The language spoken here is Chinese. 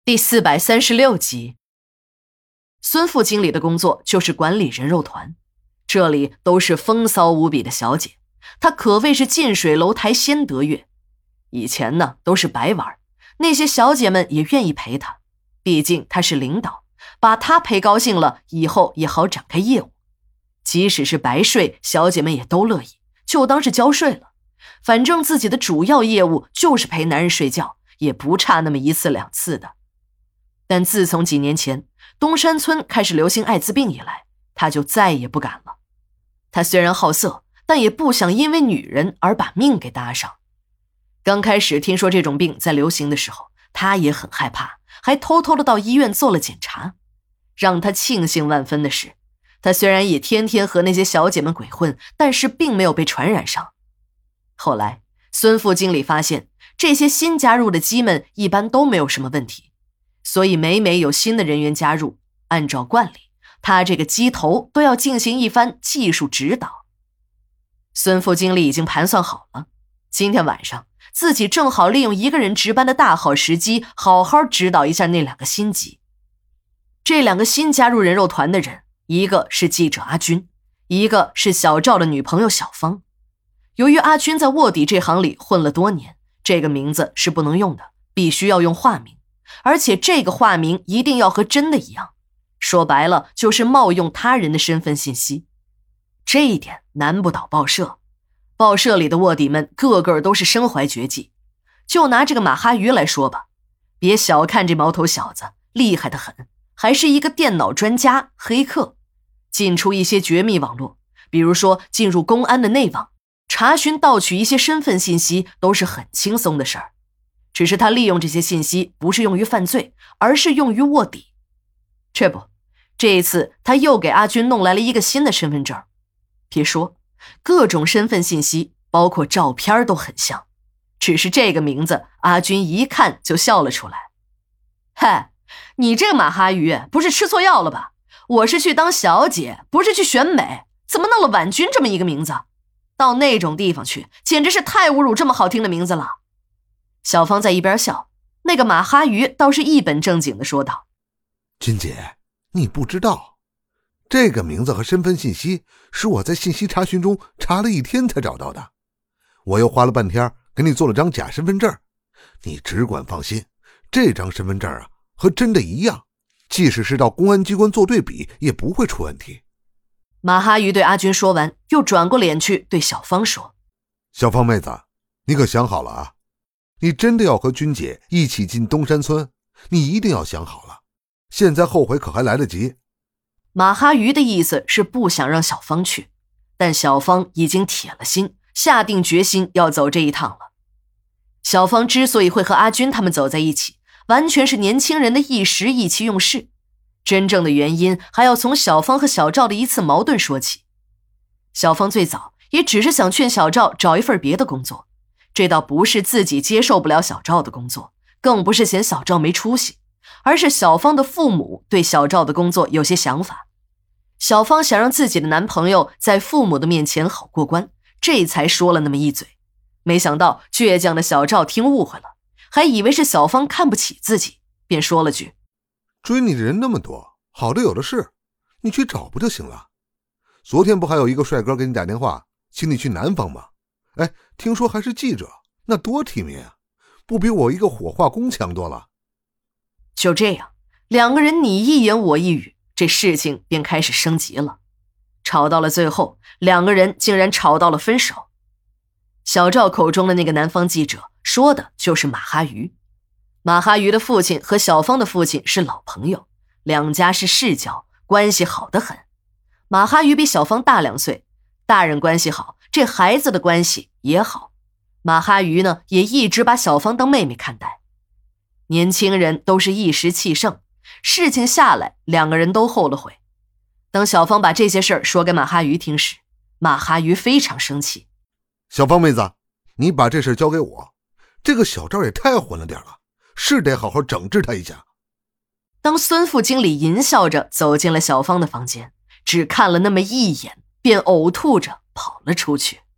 第436集。孙副经理的工作就是管理人肉团，这里都是风骚无比的小姐，她可谓是近水楼台先得月。以前呢都是白玩，那些小姐们也愿意陪她，毕竟她是领导，把她陪高兴了，以后也好展开业务。即使是白睡，小姐们也都乐意，就当是交税了。反正自己的主要业务就是陪男人睡觉，也不差那么1次2次的。但自从几年前东山村开始流行艾滋病以来，他就再也不敢了。他虽然好色，但也不想因为女人而把命给搭上。刚开始听说这种病在流行的时候，他也很害怕，还偷偷的到医院做了检查。让他庆幸万分的是，他虽然也天天和那些小姐们鬼混，但是并没有被传染上。后来孙副经理发现，这些新加入的鸡们一般都没有什么问题，所以每有新的人员加入，按照惯例，他这个鸡头都要进行一番技术指导。孙副经理已经盘算好了，今天晚上自己正好利用一个人值班的大好时机，好好指导一下那2个新鸡。这2个新加入人肉团的人，一个是记者阿军，一个是小赵的女朋友小芳。由于阿军在卧底这行里混了多年，这个名字是不能用的，必须要用化名，而且这个化名一定要和真的一样，说白了就是冒用他人的身份信息。这一点难不倒报社，报社里的卧底们个个都是身怀绝技。就拿这个马哈鱼来说吧，别小看这毛头小子，厉害得很，还是一个电脑专家黑客，进出一些绝密网络，比如说进入公安的内网，查询盗取一些身份信息都是很轻松的事儿。只是他利用这些信息不是用于犯罪，而是用于卧底。这一次他又给阿军弄来了一个新的身份证。别说，各种身份信息包括照片都很像，只是这个名字阿军一看就笑了出来。嗨，你这个马哈鱼不是吃错药了吧？我是去当小姐，不是去选美，怎么弄了婉君这么一个名字？到那种地方去，简直是太侮辱这么好听的名字了。小芳在一边笑，那个马哈鱼倒是一本正经地说道： 君姐，你不知道，这个名字和身份信息是我在信息查询中查了1天才找到的，我又花了半天给你做了张假身份证，你只管放心，这张身份证啊和真的一样，即使是到公安机关做对比也不会出问题。 马哈鱼对阿军说完，又转过脸去对小芳说： 小芳妹子，你可想好了啊？你真的要和君姐一起进东山村，你一定要想好了，现在后悔可还来得及。 马哈鱼的意思是不想让小芳去，但小芳已经铁了心，下定决心要走这一趟了。小芳之所以会和阿军他们走在一起，完全是年轻人的一时意气用事，真正的原因还要从小芳和小赵的一次矛盾说起。小芳最早也只是想劝小赵找一份别的工作，这倒不是自己接受不了小赵的工作，更不是嫌小赵没出息，而是小芳的父母对小赵的工作有些想法。小芳想让自己的男朋友在父母的面前好过关，这才说了那么一嘴。没想到倔强的小赵听误会了，还以为是小芳看不起自己，便说了句： 追你的人那么多，好的有的是，你去找不就行了？昨天不还有一个帅哥给你打电话请你去南方吗？哎，听说还是记者，那多体面啊，不比我一个火化工强多了。 就这样，2个人你一言我一语，这事情便开始升级了。吵到了最后，2个人竟然吵到了分手。小赵口中的那个南方记者说的就是马哈鱼。马哈鱼的父亲和小芳的父亲是老朋友，2家是世交，关系好得很。马哈鱼比小芳大2岁，大人关系好，这孩子的关系也好。马哈鱼呢，也一直把小芳当妹妹看待。年轻人都是一时气盛，事情下来2个人都后了悔。当小芳把这些事儿说给马哈鱼听时，马哈鱼非常生气。 小芳妹子，你把这事交给我，这个小赵也太混了点了，是得好好整治他一下。 当孙副经理淫笑着走进了小芳的房间，只看了那么一眼，便呕吐着跑了出去。